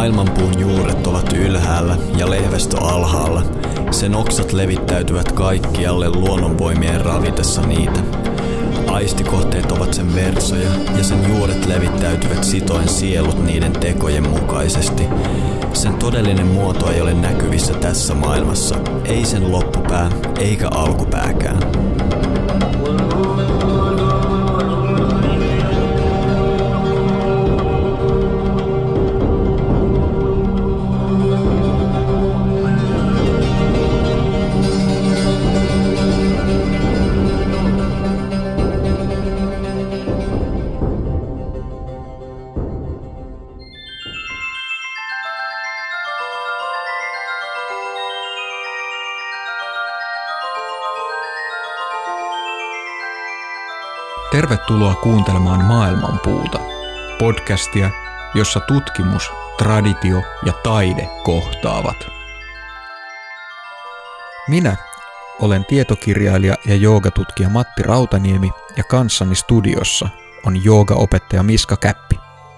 Maailmanpuun juuret ovat ylhäällä ja lehvästö alhaalla. Sen oksat levittäytyvät kaikkialle luonnonvoimien ravitessa niitä. Aistikohteet ovat sen versoja ja sen juuret levittäytyvät sitoen sielut niiden tekojen mukaisesti. Sen todellinen muoto ei ole näkyvissä tässä maailmassa, ei sen loppupää eikä alkupääkään. Tervetuloa kuuntelemaan Maailmanpuuta, podcastia, jossa tutkimus, traditio ja taide kohtaavat. Minä olen tietokirjailija ja joogatutkija Matti Rautaniemi ja kanssani studiossa on joogaopettaja Miska Käppi.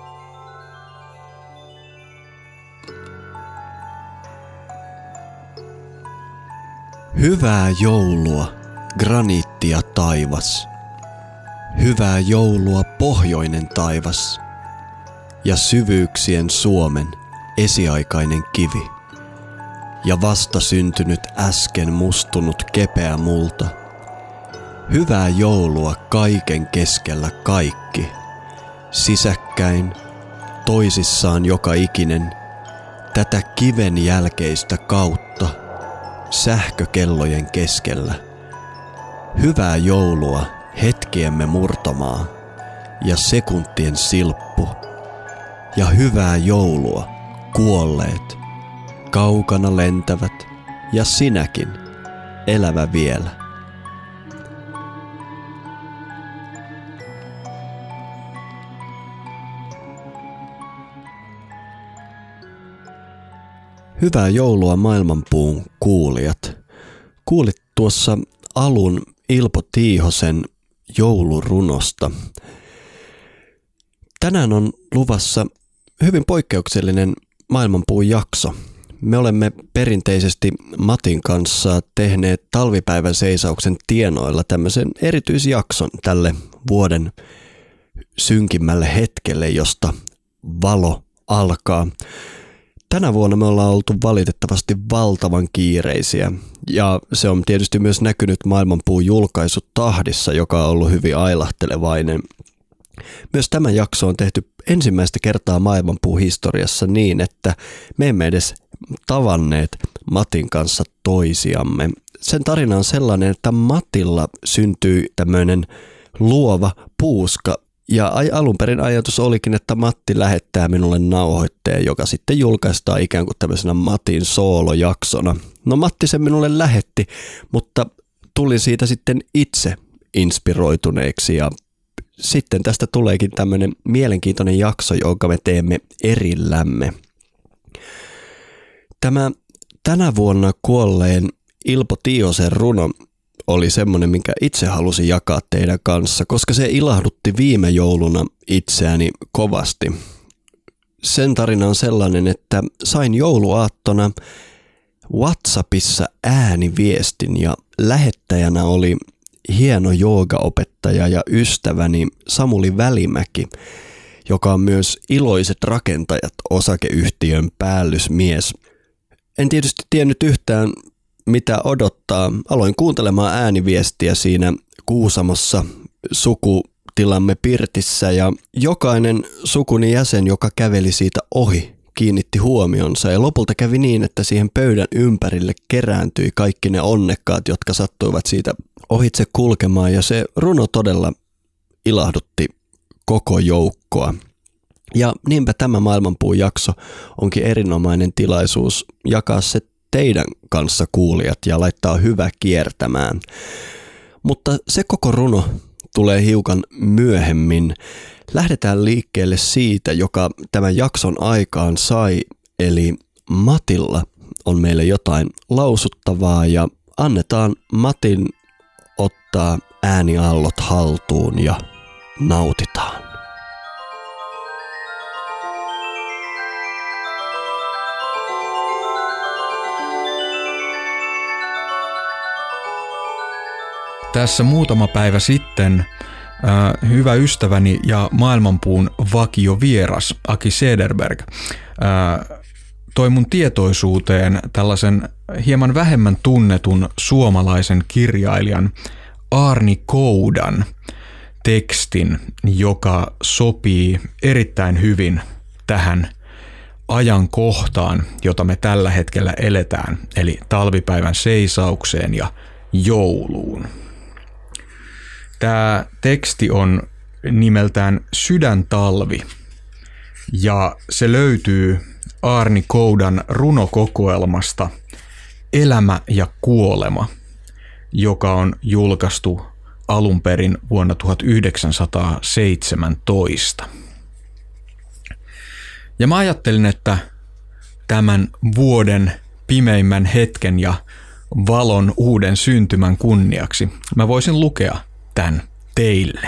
Hyvää joulua, graniitti ja taivas. Hyvää joulua, pohjoinen taivas ja syvyyksien Suomen esiaikainen kivi ja vasta syntynyt äsken mustunut kepeä multa. Hyvää joulua kaiken keskellä kaikki, sisäkkäin, toisissaan joka ikinen, tätä kiven jälkeistä kautta, sähkökellojen keskellä. Hyvää joulua, hetkiemme murtomaa ja sekuntien silppu. Ja hyvää joulua, kuolleet, kaukana lentävät ja sinäkin, elävä vielä. Hyvää joulua Maailmanpuun kuulijat. Kuulit tuossa alun Ilpo Tiihosen joulurunosta. Tänään on luvassa hyvin poikkeuksellinen Maailmanpuun jakso. Me olemme perinteisesti Matin kanssa tehneet talvipäivän seisauksen tienoilla tämmöisen erityisjakson tälle vuoden synkimmälle hetkelle, josta valo alkaa. Tänä vuonna me ollaan oltu valitettavasti valtavan kiireisiä ja se on tietysti myös näkynyt Maailmanpuun julkaisutahdissa, joka on ollut hyvin ailahtelevainen. Myös tämä jakso on tehty ensimmäistä kertaa Maailmanpuun historiassa niin, että me emme edes tavanneet Matin kanssa toisiamme. Sen tarina on sellainen, että Matilla syntyi tämmöinen luova puuska. Ja alun perin ajatus olikin, että Matti lähettää minulle nauhoitteen, joka sitten julkaistaan ikään kuin tämmöisenä Matin soolojaksona. No Matti sen minulle lähetti, mutta tulin siitä sitten itse inspiroituneeksi ja sitten tästä tuleekin tämmöinen mielenkiintoinen jakso, jonka me teemme erillämme. Tämä tänä vuonna kuolleen Ilpo Tiihosen runo oli semmoinen, minkä itse halusin jakaa teidän kanssa, koska se ilahdutti viime jouluna itseäni kovasti. Sen tarina on sellainen, että sain jouluaattona WhatsAppissa ääniviestin ja lähettäjänä oli hieno joogaopettaja ja ystäväni Samuli Välimäki, joka on myös Iloiset rakentajat -osakeyhtiön päällysmies. En tietysti tiennyt yhtään mitä odottaa. Aloin kuuntelemaan ääniviestiä siinä Kuusamossa sukutilamme pirtissä ja jokainen sukuni jäsen, joka käveli siitä ohi, kiinnitti huomionsa ja lopulta kävi niin, että siihen pöydän ympärille kerääntyi kaikki ne onnekkaat, jotka sattuivat siitä ohitse kulkemaan ja se runo todella ilahdutti koko joukkoa. Ja niinpä tämä Maailmanpuun jakso onkin erinomainen tilaisuus jakaa se teidän kanssa kuulijat ja laittaa hyvä kiertämään. Mutta se koko runo tulee hiukan myöhemmin. Lähdetään liikkeelle siitä, joka tämän jakson aikaan sai, eli Matilla on meille jotain lausuttavaa ja annetaan Matin ottaa ääniaallot haltuun ja nautitaan. Tässä muutama päivä sitten hyvä ystäväni ja Maailmanpuun vakiovieras Aki Sederberg toi mun tietoisuuteen tällaisen hieman vähemmän tunnetun suomalaisen kirjailijan Arni Koudan tekstin, joka sopii erittäin hyvin tähän ajankohtaan, jota me tällä hetkellä eletään, eli talvipäivän seisaukseen ja jouluun. Tämä teksti on nimeltään Sydäntalvi ja se löytyy Arni Koudan runokokoelmasta Elämä ja kuolema, joka on julkaistu alun perin vuonna 1917. Ja mä ajattelin, että tämän vuoden pimeimmän hetken ja valon uuden syntymän kunniaksi mä voisin lukea tämän teille.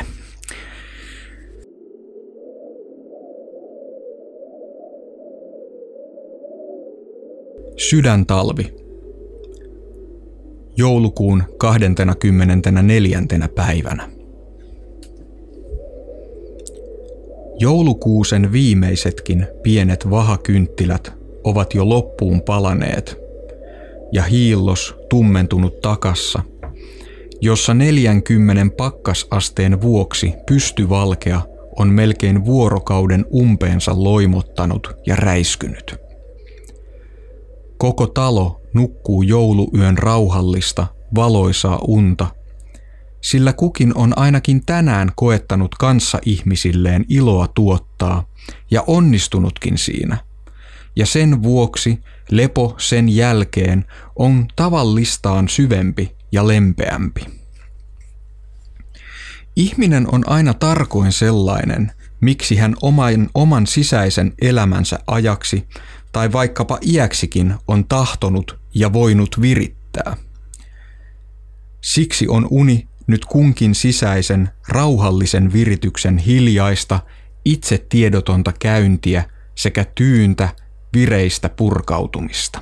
Sydäntalvi. Joulukuun 24. päivänä. Joulukuusen viimeisetkin pienet vahakynttilät ovat jo loppuun palaneet ja hiillos tummentunut takassa, jossa 40 pakkasasteen vuoksi pystyvalkea on melkein vuorokauden umpeensa loimottanut ja räiskynyt. Koko talo nukkuu jouluyön rauhallista, valoisaa unta, sillä kukin on ainakin tänään koettanut kanssaihmisilleen iloa tuottaa ja onnistunutkin siinä, ja sen vuoksi lepo sen jälkeen on tavallistaan syvempi ja lempeämpi. Ihminen on aina tarkoin sellainen, miksi hän oman sisäisen elämänsä ajaksi tai vaikkapa iäksikin on tahtonut ja voinut virittää. Siksi on uni nyt kunkin sisäisen, rauhallisen virityksen hiljaista, itse tiedotonta käyntiä sekä tyyntä, vireistä purkautumista.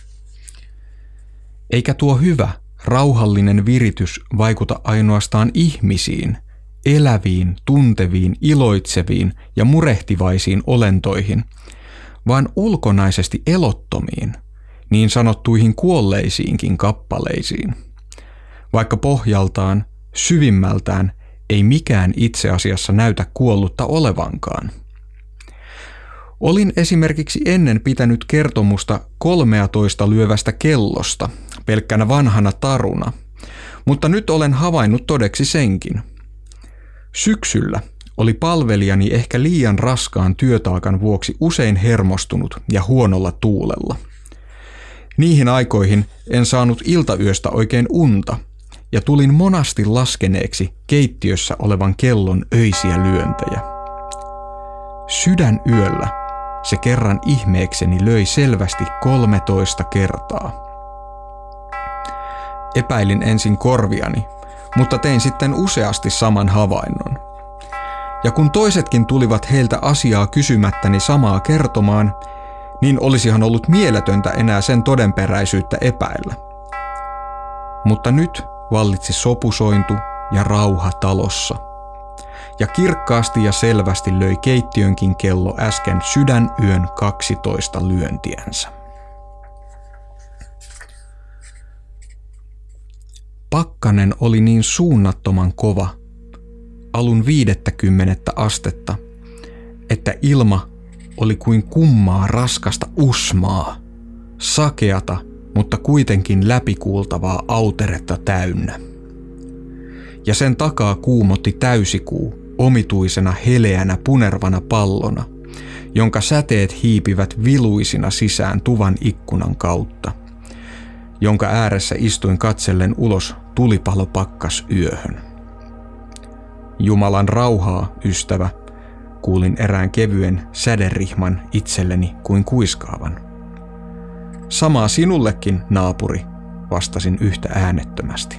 Eikä tuo hyvä, rauhallinen viritys vaikuta ainoastaan ihmisiin, eläviin, tunteviin, iloitseviin ja murehtivaisiin olentoihin, vaan ulkonaisesti elottomiin, niin sanottuihin kuolleisiinkin kappaleisiin, vaikka pohjaltaan, syvimmältään ei mikään itse asiassa näytä kuollutta olevankaan. Olin esimerkiksi ennen pitänyt kertomusta 13 lyövästä kellosta, pelkkänä vanhana taruna, mutta nyt olen havainnut todeksi senkin. Syksyllä oli palvelijani ehkä liian raskaan työtaakan vuoksi usein hermostunut ja huonolla tuulella. Niihin aikoihin en saanut iltayöstä oikein unta ja tulin monasti laskeneeksi keittiössä olevan kellon öisiä lyöntejä. Sydänyöllä se kerran ihmeekseni löi selvästi 13 kertaa. Epäilin ensin korviani, mutta tein sitten useasti saman havainnon. Ja kun toisetkin tulivat heiltä asiaa kysymättäni samaa kertomaan, niin olisihan ollut mieletöntä enää sen todenperäisyyttä epäillä. Mutta nyt vallitsi sopusointu ja rauha talossa. Ja kirkkaasti ja selvästi löi keittiönkin kello äsken sydänyön 12 lyöntiänsä. Pakkanen oli niin suunnattoman kova, alun 50 astetta, että ilma oli kuin kummaa raskasta usmaa, sakeata, mutta kuitenkin läpikuultavaa auteretta täynnä. Ja sen takaa kuumotti täysikuu omituisena heleänä punervana pallona, jonka säteet hiipivät viluisina sisään tuvan ikkunan kautta, jonka ääressä istuin katsellen ulos tulipalopakkasyöhön. Jumalan rauhaa, ystävä, kuulin erään kevyen säderihman itselleni kuin kuiskaavan. Samaa sinullekin, naapuri, vastasin yhtä äänettömästi.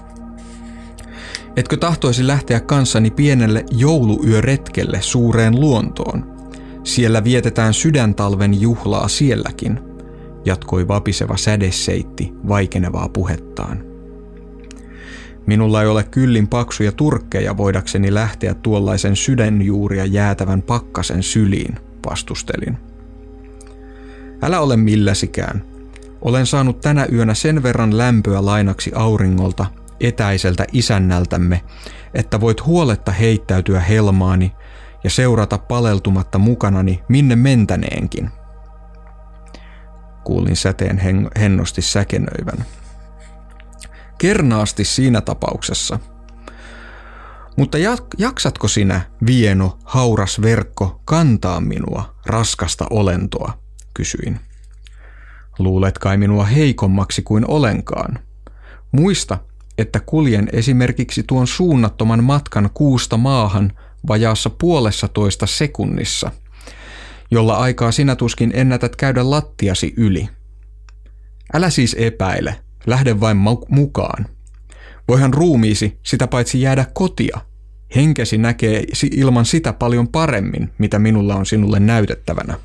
Etkö tahtoisi lähteä kanssani pienelle jouluyöretkelle suureen luontoon? Siellä vietetään sydäntalven juhlaa sielläkin, jatkoi vapiseva sädeseitti vaikenevaa puhettaan. Minulla ei ole kyllin paksuja turkkeja voidakseni lähteä tuollaisen sydänjuuria jäätävän pakkasen syliin, vastustelin. Älä ole milläsikään. Olen saanut tänä yönä sen verran lämpöä lainaksi auringolta, etäiseltä isännältämme, että voit huoletta heittäytyä helmaani ja seurata paleltumatta mukanani minne mentäneenkin. Kuulin säteen hennosti säkenöivän. Kernaasti siinä tapauksessa. Mutta jaksatko sinä, vieno, hauras verkko, kantaa minua, raskasta olentoa, kysyin. Luulet kai minua heikommaksi kuin olenkaan. Muista, että kuljen esimerkiksi tuon suunnattoman matkan kuusta maahan vajaassa 1,5 sekunnissa, jolla aikaa sinä tuskin ennätät käydä lattiasi yli. Älä siis epäile, lähde vain mukaan. Voihan ruumiisi sitä paitsi jäädä kotia. Henkesi näkee ilman sitä paljon paremmin, mitä minulla on sinulle näytettävänä.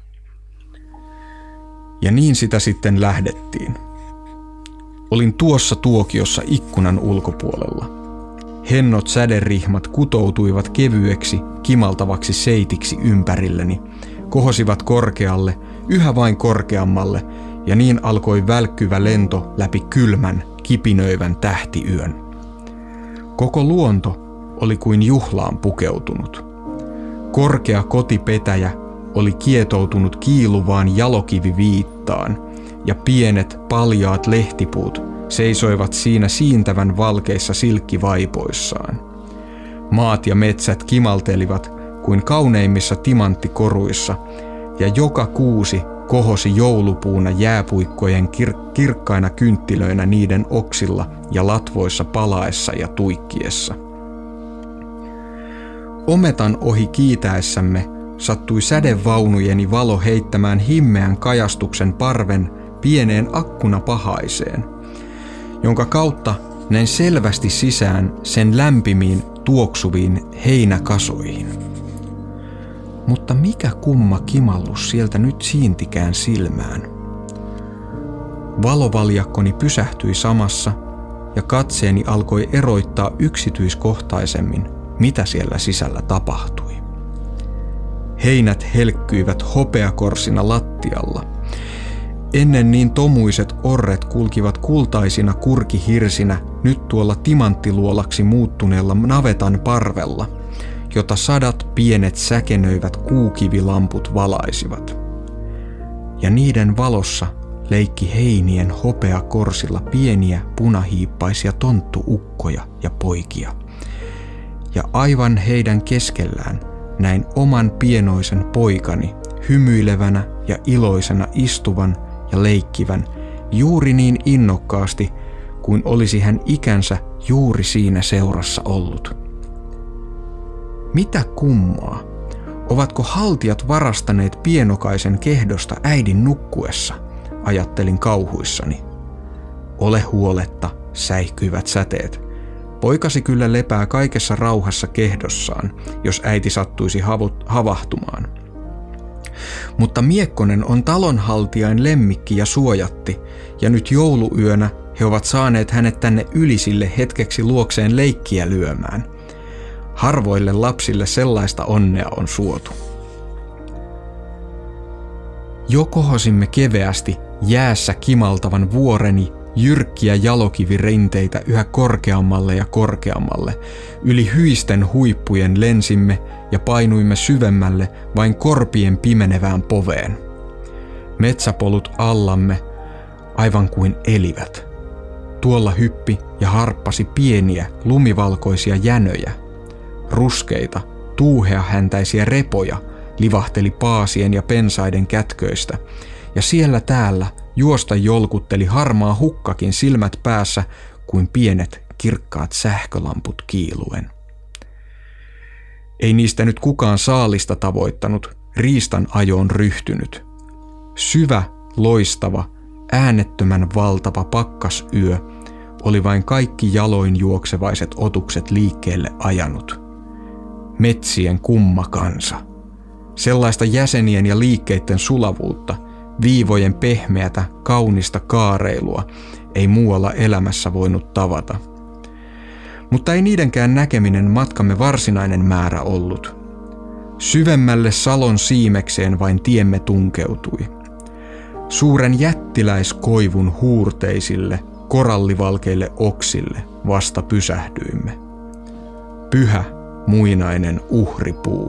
Ja niin sitä sitten lähdettiin. Olin tuossa tuokiossa ikkunan ulkopuolella. Hennot säderihmat kutoutuivat kevyeksi, kimaltavaksi seitiksi ympärilleni, kohosivat korkealle, yhä vain korkeammalle, ja niin alkoi välkkyvä lento läpi kylmän, kipinöivän tähtiyön. Koko luonto oli kuin juhlaan pukeutunut. Korkea kotipetäjä oli kietoutunut kiiluvaan jalokiviviittaan, ja pienet, paljaat lehtipuut seisoivat siinä siintävän valkeissa silkkivaipoissaan. Maat ja metsät kimaltelivat kuin kauneimmissa timanttikoruissa, ja joka kuusi kohosi joulupuuna jääpuikkojen kirkkaina kynttilöinä niiden oksilla ja latvoissa palaessa ja tuikkiessa. Ometan ohi kiitäessämme sattui sädevaunujeni valo heittämään himmeän kajastuksen parven pieneen akkunapahaiseen, jonka kautta näin selvästi sisään sen lämpimiin, tuoksuviin heinäkasoihin. Mutta mikä kumma kimallus sieltä nyt siintikään silmään? Valovaljakkoni pysähtyi samassa ja katseeni alkoi eroittaa yksityiskohtaisemmin, mitä siellä sisällä tapahtui. Heinät helkkyivät hopeakorsina lattialla. Ennen niin tomuiset orret kulkivat kultaisina kurkihirsinä nyt tuolla timanttiluolaksi muuttuneella navetan parvella, jota 100 pienet säkenöivät kuukivilamput valaisivat. Ja niiden valossa leikki heinien hopeakorsilla pieniä punahiippaisia tonttuukkoja ja poikia. Ja aivan heidän keskellään näin oman pienoisen poikani hymyilevänä ja iloisena istuvan ja leikkivän juuri niin innokkaasti kuin olisi hän ikänsä juuri siinä seurassa ollut. Mitä kummaa? Ovatko haltijat varastaneet pienokaisen kehdosta äidin nukkuessa, ajattelin kauhuissani. Ole huoletta, säihkyivät säteet. Poikasi kyllä lepää kaikessa rauhassa kehdossaan, jos äiti sattuisi havahtumaan. Mutta Miekkonen on talonhaltijain lemmikki ja suojatti, ja nyt jouluyönä he ovat saaneet hänet tänne Ylisille hetkeksi luokseen leikkiä lyömään. Harvoille lapsille sellaista onnea on suotu. Jo kohosimme keveästi jäässä kimaltavan vuoreni jyrkkiä jalokivirinteitä yhä korkeammalle ja korkeammalle. Yli hyisten huippujen lensimme ja painuimme syvemmälle vain korpien pimenevään poveen. Metsäpolut allamme aivan kuin elivät. Tuolla hyppi ja harppasi pieniä lumivalkoisia jänöjä. Ruskeita, tuuheahäntäisiä repoja livahteli paasien ja pensaiden kätköistä, ja siellä täällä juosta jolkutteli harmaa hukkakin silmät päässä kuin pienet kirkkaat sähkölamput kiiluen. Ei niistä nyt kukaan saalista tavoittanut, riistan ajoon ryhtynyt. Syvä, loistava, äänettömän valtava pakkasyö oli vain kaikki jaloin juoksevaiset otukset liikkeelle ajanut. Metsien kumma kansa. Sellaista jäsenien ja liikkeiden sulavuutta, viivojen pehmeätä, kaunista kaareilua ei muualla elämässä voinut tavata. Mutta ei niidenkään näkeminen matkamme varsinainen määrä ollut. Syvemmälle salon siimekseen vain tiemme tunkeutui. Suuren jättiläiskoivun huurteisille, korallivalkeille oksille vasta pysähdyimme. Pyhä, muinainen uhripuu.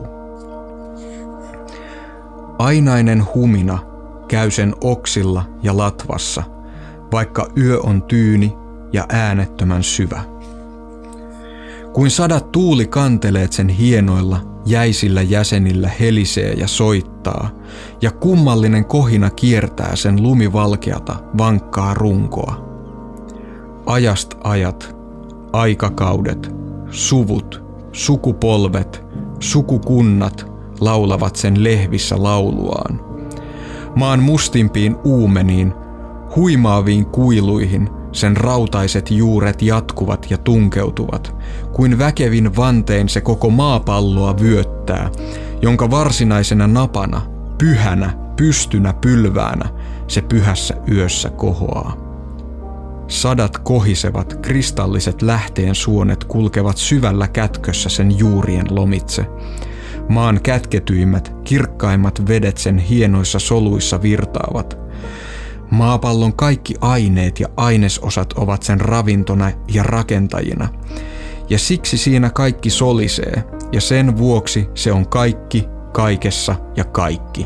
Ainainen humina käy sen oksilla ja latvassa, vaikka yö on tyyni ja äänettömän syvä. Kuin 100 tuulikanteleet sen hienoilla, jäisillä jäsenillä helisee ja soittaa, ja kummallinen kohina kiertää sen lumivalkeata, vankkaa runkoa. Ajast ajat, aikakaudet, suvut, sukupolvet, sukukunnat laulavat sen lehvissä lauluaan. Maan mustimpiin uumeniin, huimaaviin kuiluihin sen rautaiset juuret jatkuvat ja tunkeutuvat, kuin väkevin vantein se koko maapalloa vyöttää, jonka varsinaisena napana, pyhänä, pystynä pylväänä se pyhässä yössä kohoaa. 100 kohisevat, kristalliset lähteen suonet kulkevat syvällä kätkössä sen juurien lomitse. Maan kätketyimmät, kirkkaimmat vedet sen hienoissa soluissa virtaavat. Maapallon kaikki aineet ja ainesosat ovat sen ravintona ja rakentajina, ja siksi siinä kaikki solisee, ja sen vuoksi se on kaikki, kaikessa ja kaikki.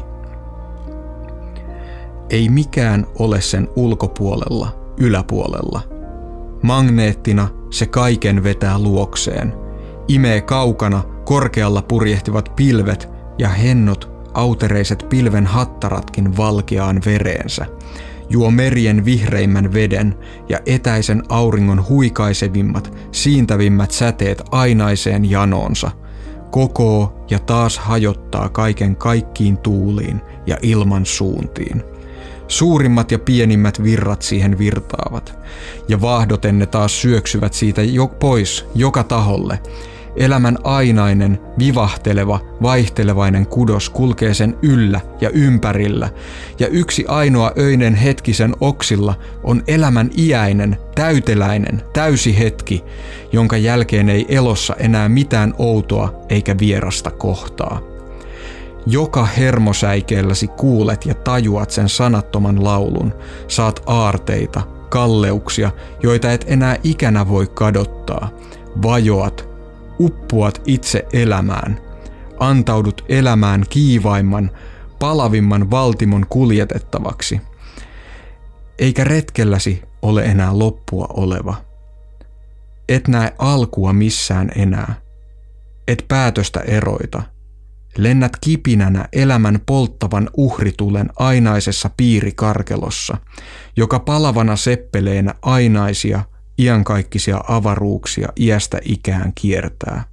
Ei mikään ole sen ulkopuolella, yläpuolella. Magneettina se kaiken vetää luokseen, imee kaukana korkealla purjehtivat pilvet ja hennot, autereiset pilven hattaratkin valkeaan vereensä, juo merien vihreimmän veden ja etäisen auringon huikaisevimmat, siintävimmät säteet ainaiseen janoonsa, kokoo ja taas hajottaa kaiken kaikkiin tuuliin ja ilman suuntiin. Suurimmat ja pienimmät virrat siihen virtaavat, ja vaahdoten ne taas syöksyvät siitä pois joka taholle. Elämän ainainen, vivahteleva, vaihtelevainen kudos kulkee sen yllä ja ympärillä, ja yksi ainoa öinen hetki sen oksilla on elämän iäinen, täyteläinen, täysi hetki, jonka jälkeen ei elossa enää mitään outoa eikä vierasta kohtaa. Joka hermosäikeelläsi kuulet ja tajuat sen sanattoman laulun, saat aarteita, kalleuksia, joita et enää ikänä voi kadottaa, vajoat, uppuat itse elämään, antaudut elämään kiivaimman, palavimman valtimon kuljetettavaksi. Eikä retkelläsi ole enää loppua oleva. Et näe alkua missään enää. Et päätöstä eroita. Lennät kipinänä elämän polttavan uhritulen ainaisessa piirikarkelossa, joka palavana seppeleenä ainaisia, iankaikkisia avaruuksia iästä ikään kiertää.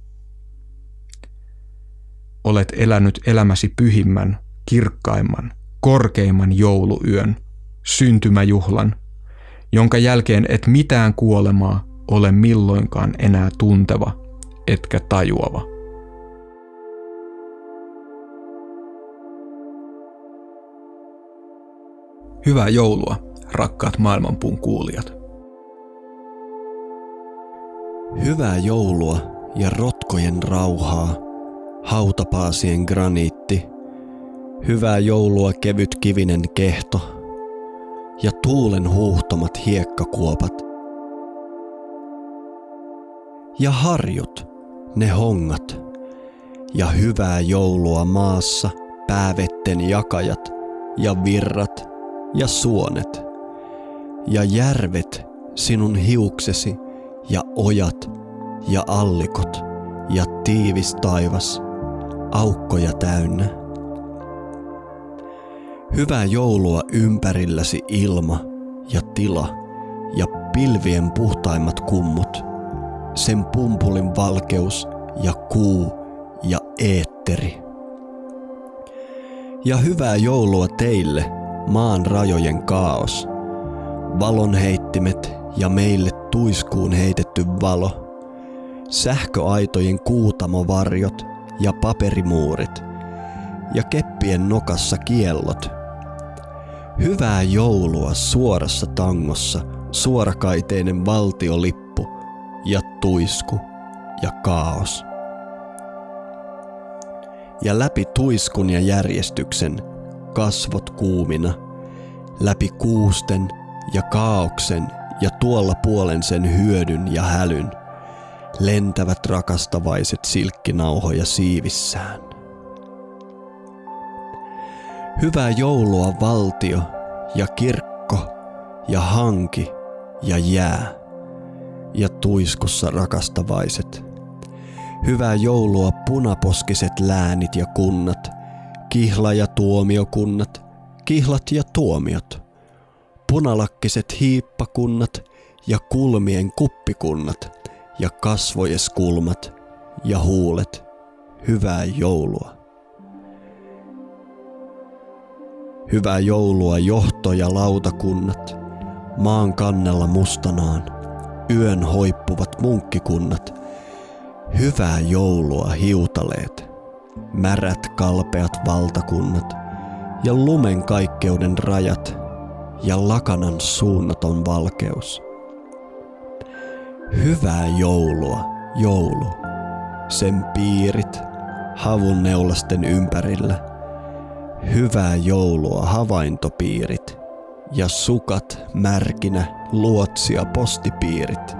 Olet elänyt elämäsi pyhimmän, kirkkaimman, korkeimman jouluyön, syntymäjuhlan, jonka jälkeen et mitään kuolemaa ole milloinkaan enää tunteva, etkä tajuava. Hyvää joulua, rakkaat Maailmanpuun kuulijat. Hyvää joulua ja rotkojen rauhaa, hautapaasien graniitti. Hyvää joulua kevyt kivinen kehto ja tuulen huuhtomat hiekkakuopat. Ja harjut, ne hongat. Ja hyvää joulua maassa, päävetten jakajat ja virrat ja suonet. Ja järvet sinun hiuksesi ja ojat ja allikot ja tiivis taivas, aukkoja täynnä. Hyvää joulua ympärilläsi ilma ja tila ja pilvien puhtaimmat kummut, sen pumpulin valkeus ja kuu ja eetteri. Ja hyvää joulua teille, maan rajojen kaos, valonheittimet ja meille tuiskuun heitetty valo, sähköaitojen kuutamovarjot ja paperimuurit ja keppien nokassa kiellot. Hyvää joulua suorassa tangossa suorakaiteinen valtiolippu ja tuisku ja kaos. Ja läpi tuiskun ja järjestyksen kasvot kuumina, läpi kuusten ja kaaoksen ja tuolla puolen sen hyödyn ja hälyn, lentävät rakastavaiset silkkinauhoja siivissään. Hyvää joulua valtio ja kirkko ja hanki ja jää ja tuiskussa rakastavaiset. Hyvää joulua punaposkiset läänit ja kunnat, kihla- ja tuomiokunnat, kihlat ja tuomiot, punalakkiset hiippakunnat ja kulmien kuppikunnat ja kasvojeskulmat ja huulet. Hyvää joulua. Hyvää joulua johto- ja lautakunnat, maan kannella mustanaan, yön hoippuvat munkkikunnat. Hyvää joulua hiutaleet, märät kalpeat valtakunnat ja lumen kaikkeuden rajat ja lakanan suunnaton valkeus. Hyvää joulua joulu, sen piirit havunneulasten ympärillä. Hyvää joulua havaintopiirit ja sukat märkinä luotsia postipiirit.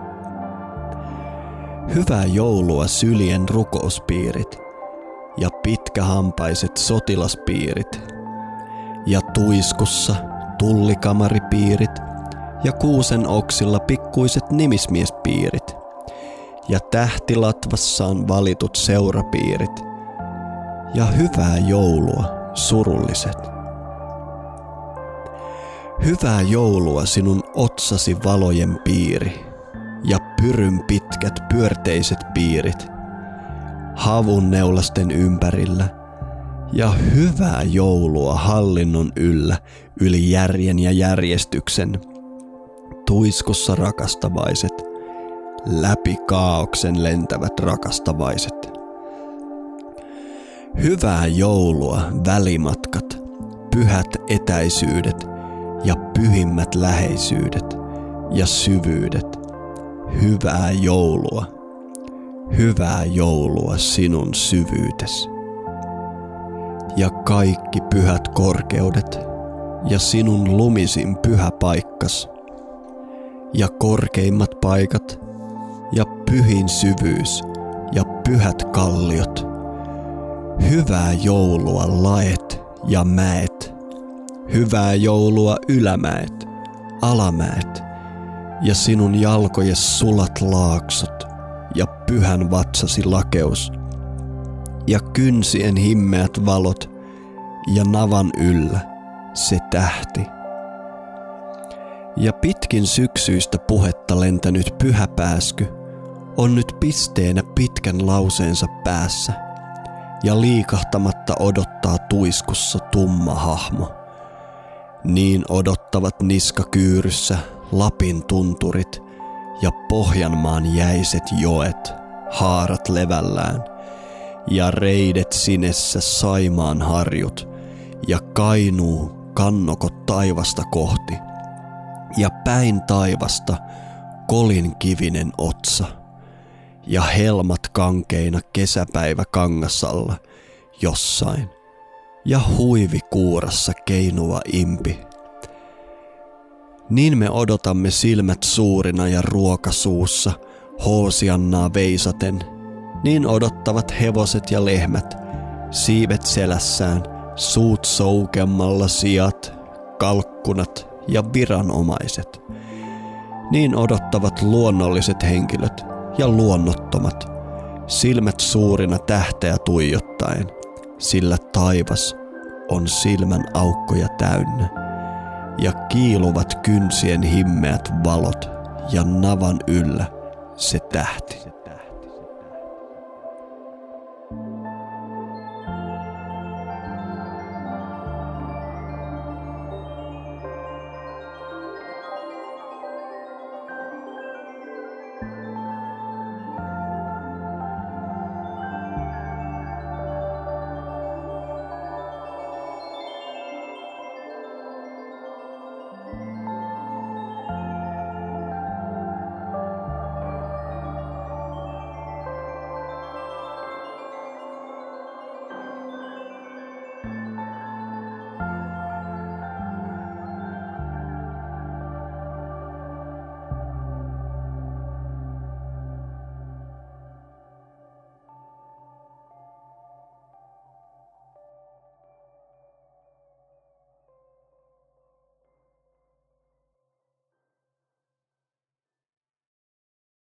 Hyvää joulua syljen rukouspiirit ja pitkähampaiset sotilaspiirit ja tuiskussa tullikamaripiirit ja kuusen oksilla pikkuiset nimismiespiirit ja tähtilatvassaan valitut seurapiirit. Ja hyvää joulua surulliset. Hyvää joulua sinun otsasi valojen piiri ja pyryn pitkät pyörteiset piirit havunneulasten ympärillä. Ja hyvää joulua hallinnon yllä yli järjen ja järjestyksen. Tuiskussa rakastavaiset, läpi kaaoksen lentävät rakastavaiset. Hyvää joulua välimatkat, pyhät etäisyydet ja pyhimmät läheisyydet ja syvyydet. Hyvää joulua sinun syvyytes. Ja kaikki pyhät korkeudet ja sinun lumisin pyhä paikkas. Ja korkeimmat paikat ja pyhin syvyys ja pyhät kalliot. Hyvää joulua laet ja mäet. Hyvää joulua ylämäet, alamäet ja sinun jalkojes sulat laaksot ja pyhän vatsasi lakeus ja kynsien himmeät valot ja navan yllä se tähti. Ja pitkin syksyistä puhetta lentänyt pyhäpääsky on nyt pisteenä pitkän lauseensa päässä ja liikahtamatta odottaa tuiskussa tumma hahmo. Niin odottavat niskakyyryssä Lapin tunturit ja Pohjanmaan jäiset joet, haarat levällään, ja reidet sinessä Saimaan harjut, ja Kainuu kannokot taivasta kohti, ja päin taivasta kolin kivinen otsa, ja helmat kankeina kesäpäivä kangasalla jossain, ja huivi kuurassa keinuva impi. Niin me odotamme silmät suurina ja ruoka suussa, Hoosiannaa veisaten. Niin odottavat hevoset ja lehmät, siivet selässään, suut soukemmalla sijat, kalkkunat ja viranomaiset. Niin odottavat luonnolliset henkilöt ja luonnottomat, silmät suurina tähteä tuijottaen, sillä taivas on silmän aukkoja täynnä, ja kiiluvat kynsien himmeät valot, ja navan yllä se tähti.